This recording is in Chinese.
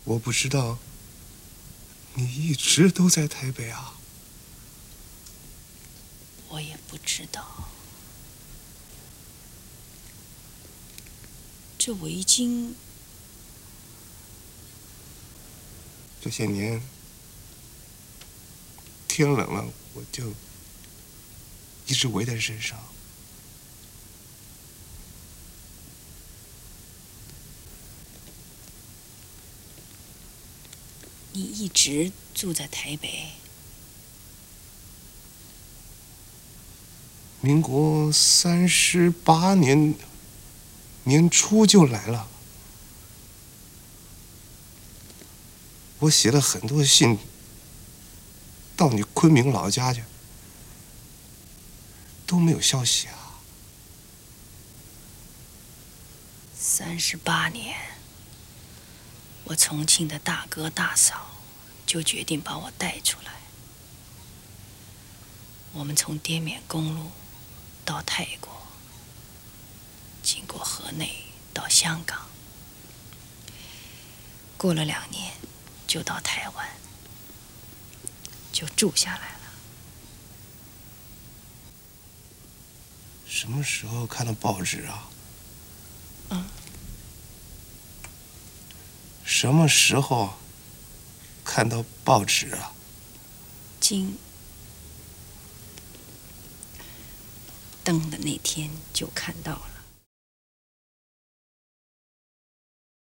我不知道你一直都在台北啊。 我也不知道。这围巾， 这些年天冷了，我就一直围在身上。 你一直住在台北？ 民国38年年初就来了。我写了很多信到你昆明老家去，都没有消息啊。 38年，我重庆的大哥大嫂就决定把我带出来。我们从滇缅公路到泰国，经过河内到香港，过了2年就到台湾，就住下来了。 什么时候看到报纸啊？什么时候看到报纸啊？ 登的那天就看到了。